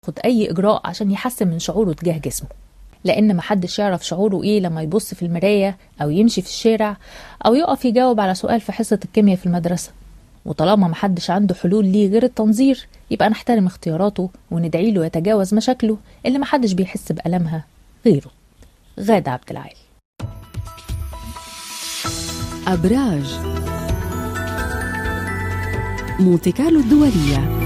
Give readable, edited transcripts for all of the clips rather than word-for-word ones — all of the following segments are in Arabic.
ياخد أي إجراء عشان يحسن من شعوره تجاه جسمه، لأن محدش يعرف شعوره إيه لما يبص في المراية أو يمشي في الشارع أو يقف يجاوب على سؤال في حصة الكيمياء في المدرسة. وطالما محدش عنده حلول ليه غير التنظير، يبقى نحترم اختياراته وندعيله يتجاوز مشاكله اللي محدش بيحس بألمها غيره. غادة عبد العال. أبراج مونتي كارلو الدولية.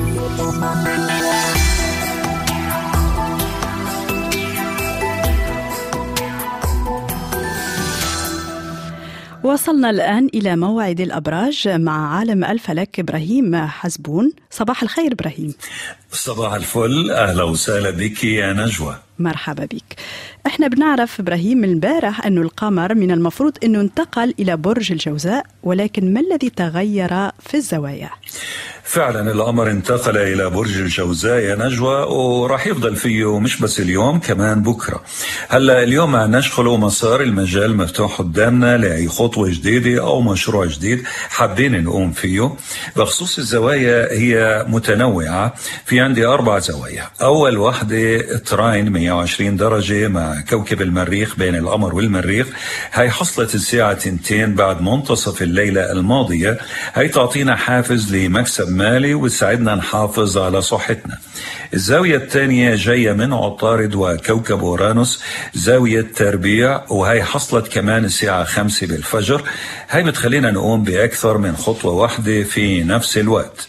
وصلنا الآن إلى موعد الأبراج مع عالم الفلك إبراهيم حزبون. صباح الخير إبراهيم. صباح الفل، أهلا وسهلا بك يا نجوى. مرحبا بك. احنا بنعرف إبراهيم من البارح أنه القمر من المفروض أنه انتقل إلى برج الجوزاء، ولكن ما الذي تغير في الزوايا؟ فعلا القمر انتقل إلى برج الجوزاء يا نجوى، وراح يفضل فيه مش بس اليوم، كمان بكرة. هلا اليوم مع نشخل ومسار المجال مفتوح قدامنا لأي خطوة جديدة أو مشروع جديد حابين نقوم فيه. بخصوص الزوايا هي متنوعة، في عندي 4 زوايا. أول واحدة تراين 120 درجة مع كوكب المريخ بين القمر والمريخ، هاي حصلت الساعة 2 بعد منتصف الليلة الماضية. هاي تعطينا حافز لمكسب مالي وتساعدنا نحافظ على صحتنا. الزاوية الثانية جاية من عطارد وكوكب أورانوس، زاوية تربيع، وهي حصلت كمان الساعة 5 بالفجر. هاي بتخلينا نقوم بأكثر من خطوة واحدة في نفس الوقت.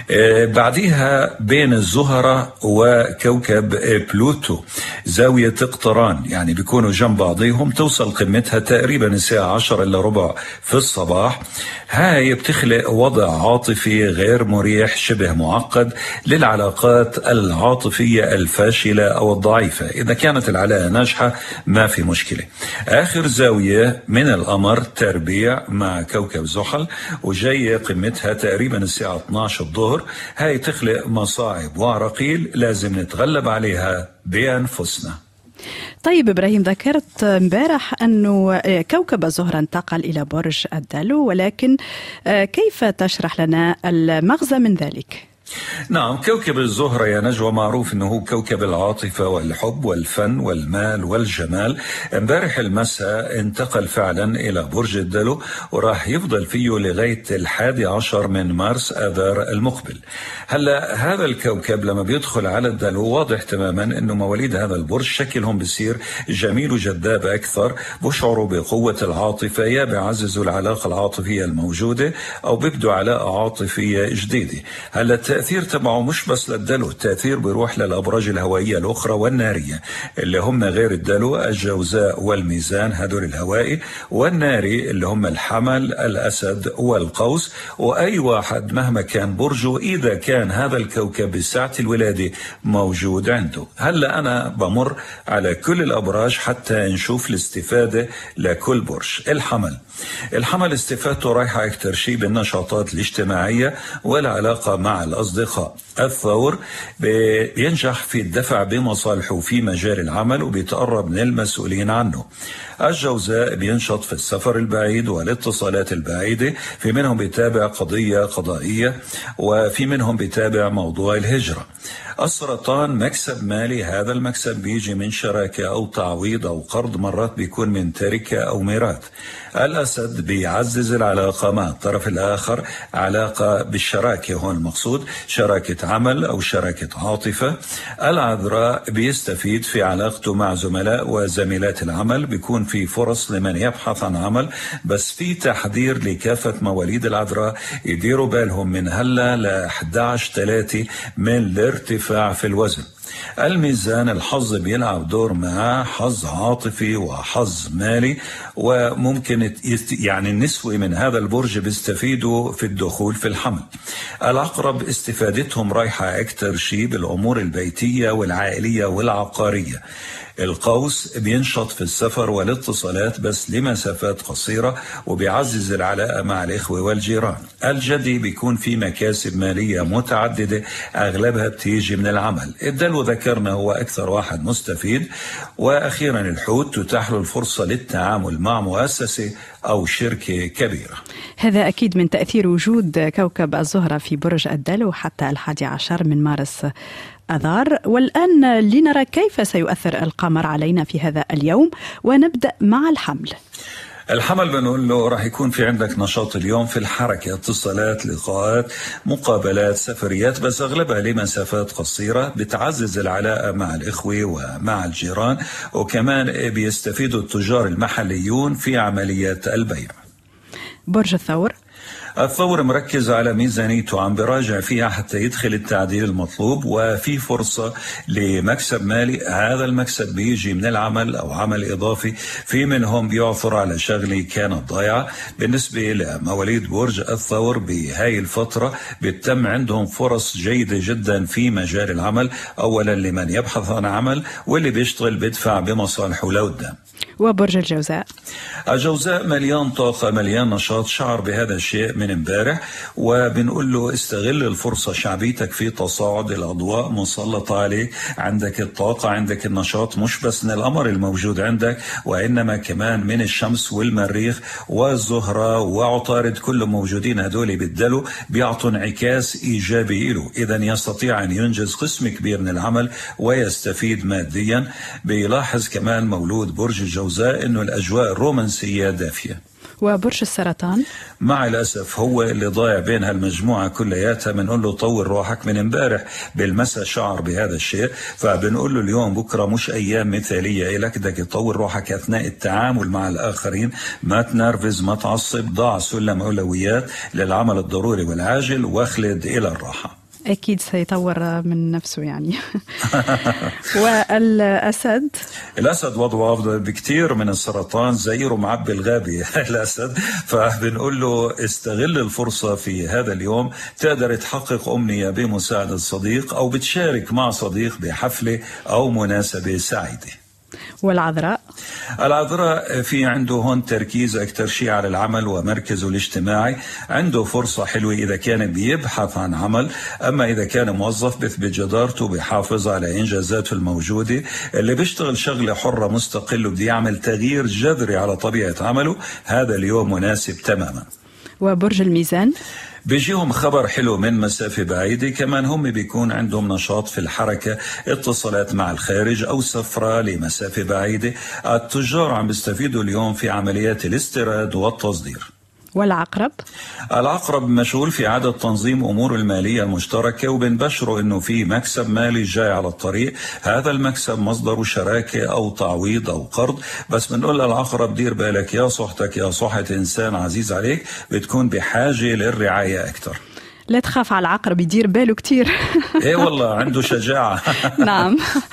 بعديها بين الزهرة وكوكب بلوتو زاوية اقتران، يعني بيكونوا جنب بعضيهم، توصل قمتها تقريبا الساعة 10 إلا ربع في الصباح. هاي بتخلق وضع عاطفي غير مريح، شبه معقد للعلاقات العاطفية الفاشلة أو الضعيفة. إذا كانت العلاقة ناجحة ما في مشكلة. آخر زاوية من القمر تربيع مع كوكب زحل، وجاية قمتها تقريبا الساعة 12 الظهر. هاي تخلق مصاعب وعراقيل لازم نتغلب عليها بأنفسنا. طيب إبراهيم، ذكرت امبارح أنه كوكب الزهرة انتقل إلى برج الدلو، ولكن كيف تشرح لنا المغزى من ذلك؟ نعم، كوكب الزهرة يا نجوى معروف أنه هو كوكب العاطفة والحب والفن والمال والجمال. امبارح المساء انتقل فعلا إلى برج الدلو، وراح يفضل فيه لغاية 11 من مارس آذار المقبل. هلا هذا الكوكب لما بيدخل على الدلو واضح تماما أنه مواليد هذا البرج شكلهم بيصير جميل وجذاب أكثر، بشعروا بقوة العاطفة، يا بيعززوا العلاقة العاطفية الموجودة أو بيبدوا علاقة عاطفية جديدة. هلا التأثير تبعه مش بس للدلو، التأثير بيروح للأبراج الهوائية الأخرى والنارية اللي هم غير الدلو، الجوزاء والميزان هدول الهوائي، والناري اللي هم الحمل، الأسد والقوس. وأي واحد مهما كان برجه إذا كان هذا الكوكب بساعة الولادة موجود عنده. هلأ أنا بمر على كل الأبراج حتى نشوف الاستفادة لكل برج. الحمل استفادته رايحة أكثر شيء بالنشاطات الاجتماعية والعلاقة مع الأصدقاء. الثور بينجح في الدفع بمصالحه في مجال العمل وبيتقرب من المسؤولين عنه. الجوزاء بينشط في السفر البعيد والاتصالات البعيدة، في منهم بيتابع قضية قضائية وفي منهم بيتابع موضوع الهجرة. السرطان مكسب مالي، هذا المكسب بيجي من شراكة أو تعويض أو قرض، مرات بيكون من تركة أو ميراث. الأسد بيعزز العلاقة مع الطرف الآخر، علاقة بالشراكة، هون المقصود شراكة عمل أو شراكة عاطفة. العذراء بيستفيد في علاقته مع زملاء وزميلات العمل، بيكون في فرص لمن يبحث عن عمل، بس في تحذير لكافة مواليد العذراء يديروا بالهم من هلا ل 11/3 من الارتفاع في الوزن. الميزان الحظ بيلعب دور معاه، حظ عاطفي وحظ مالي، وممكن يعني النسوة من هذا البرج بيستفيدوا في الدخول في الحمل. العقرب استفادتهم رايحة أكثر شيء بالأمور البيتية والعائلية والعقارية. القوس بينشط في السفر والاتصالات بس لمسافات قصيرة وبيعزز العلاقة مع الإخوة والجيران. الجدي بيكون في مكاسب مالية متعددة أغلبها بتيجي من العمل. الدلو وذكرنا هو أكثر واحد مستفيد. وأخيرا الحوت تتاح له الفرصة للتعامل مع مؤسسة أو شركة كبيرة. هذا أكيد من تأثير وجود كوكب الزهرة في برج الدلو حتى 11 من مارس أذار. والآن لنرى كيف سيؤثر القمر علينا في هذا اليوم، ونبدأ مع الحمل. الحمل بنقول له راح يكون في عندك نشاط اليوم في الحركة، اتصالات، لقاءات، مقابلات، سفريات، بس أغلبها لمسافات قصيرة بتعزز العلاقة مع الإخوة ومع الجيران، وكمان بيستفيدوا التجار المحليون في عمليات البيع. برج الثور. الثور مركز على ميزانيته، عم براجع فيها حتى يدخل التعديل المطلوب، وفي فرصة لمكسب مالي. هذا المكسب بيجي من العمل أو عمل إضافي، في منهم بيعثر على شغلة كانت ضايعة. بالنسبة لمواليد برج الثور بهاي الفترة بتم عندهم فرص جيدة جدا في مجال العمل، أولا لمن يبحث عن عمل، واللي بيشتغل بيدفع بمصالحه لقدام. وبرج الجوزاء. الجوزاء مليان طاقة، مليان نشاط، شعر بهذا الشيء من امبارح، وبنقول له استغل الفرصة، شعبيتك في تصاعد، الأضواء مسلطة عليك، عندك الطاقة، عندك النشاط، مش بس من القمر الموجود عندك، وإنما كمان من الشمس والمريخ والزهرة وعطارد، كلهم موجودين هدول بالدلو، بيعطوا انعكاس إيجابي له. إذا يستطيع أن ينجز قسم كبير من العمل ويستفيد ماديا. بيلاحظ كمان مولود برج الجوزاء إنه الأجواء الرومانسية دافية. وبرج السرطان. مع الأسف هو اللي ضايع بين هالمجموعة كلياتها. بنقول له طور روحك، من امبارح بالمساء شعر بهذا الشيء، فبنقول له اليوم بكرة مش أيام مثالية لك، بدك تطور روحك أثناء التعامل مع الآخرين، ما تنرفز، ما تعصب، ضع سلم أولويات للعمل الضروري والعاجل، واخلد إلى الراحة. أكيد سيطور من نفسه يعني. والأسد. الأسد وضعه أفضل بكتير من السرطان، زئير معبي الغابي الأسد. فبنقول له استغل الفرصة في هذا اليوم، تقدر تحقق أمنية بمساعدة صديق، أو بتشارك مع صديق بحفلة أو مناسبة سعيدة. والعذراء. العذراء في عنده هون تركيز أكثر شيء على العمل ومركزه الاجتماعي، عنده فرصة حلوة إذا كان بيبحث عن عمل، أما إذا كان موظف بيثبت جدارته، بيحافظ على إنجازاته الموجودة. اللي بيشتغل شغلة حرة مستقل وبده يعمل تغيير جذري على طبيعة عمله، هذا اليوم مناسب تماما. وبرج الميزان. بيجيهم خبر حلو من مسافة بعيدة، كمان هم بيكون عندهم نشاط في الحركة، اتصالات مع الخارج أو سفرة لمسافة بعيدة. التجار عم بيستفيدوا اليوم في عمليات الاستيراد والتصدير. والعقرب. العقرب مشغول في إعادة تنظيم أمور المالية المشتركة، وبنبشره إنه في مكسب مالي جاي على الطريق. هذا المكسب مصدره شراكة أو تعويض أو قرض، بس بنقول للعقرب دير بالك، يا صحتك يا صحة إنسان عزيز عليك بتكون بحاجة للرعاية أكثر. لا تخاف على العقرب، يدير باله كتير. إيه والله عنده شجاعة. نعم.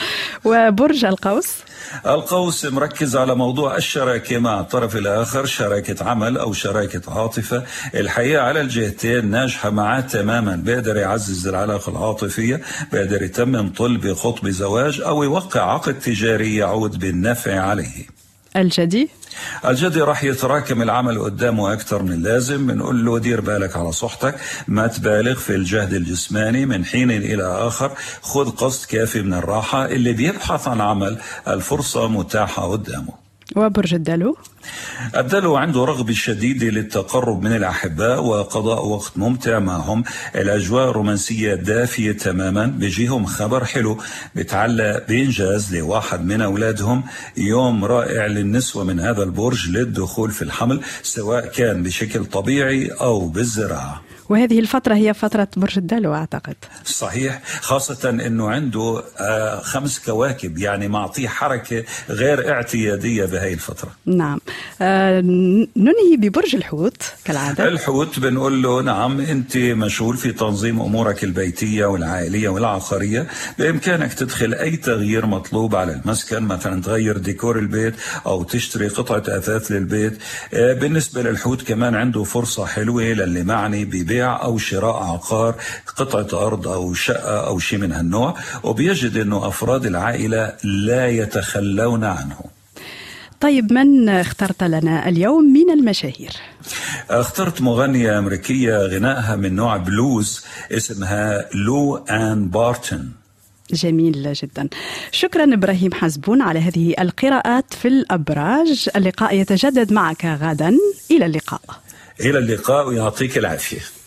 وبرج القوس. القوس مركز على موضوع الشراكة مع الطرف الآخر، شراكة عمل أو شراكة عاطفة. الحقيقة على الجهتين ناجحة معاه تماما، بيقدر يعزز العلاقة العاطفية، بيقدر يتمم طلب خطبة زواج، أو يوقع عقد تجاري يعود بالنفع عليه. الجدي. الجدي راح يتراكم العمل قدامه أكثر من اللازم. بنقول له دير بالك على صحتك، ما تبالغ في الجهد الجسماني، من حين إلى آخر خذ قسط كافي من الراحة. اللي بيبحث عن عمل الفرصة متاحة قدامه. وبرج الدلو. الدلو عنده رغبة شديدة للتقرب من الأحباء وقضاء وقت ممتع معهم، الأجواء رومانسية دافية تماما. بيجيهم خبر حلو بتعلق بإنجاز لواحد من أولادهم، يوم رائع للنسوة من هذا البرج للدخول في الحمل، سواء كان بشكل طبيعي أو بالزراعة. وهذه الفترة هي فترة برج الدلو أعتقد. صحيح، خاصة أنه عنده 5 كواكب، يعني معطيه حركة غير اعتيادية بهاي الفترة. نعم. ننهي ببرج الحوت كالعادة. الحوت بنقول له نعم، أنت مشغول في تنظيم أمورك البيتية والعائلية والعقارية، بإمكانك تدخل أي تغيير مطلوب على المسكن، مثلا تغير ديكور البيت أو تشتري قطعة أثاث للبيت. بالنسبة للحوت كمان عنده فرصة حلوة للي معني ببيع أو شراء عقار، قطعة أرض أو شقة أو شيء من هالنوع، وبيجد أنه أفراد العائلة لا يتخلون عنه. طيب، من اخترت لنا اليوم من المشاهير؟ اخترت مغنية أمريكية غنائها من نوع بلوز، اسمها لو آن بارتون. جميل جدا. شكرا إبراهيم حزبون على هذه القراءات في الأبراج. اللقاء يتجدد معك غدا. إلى اللقاء. إلى اللقاء ويعطيك العافية.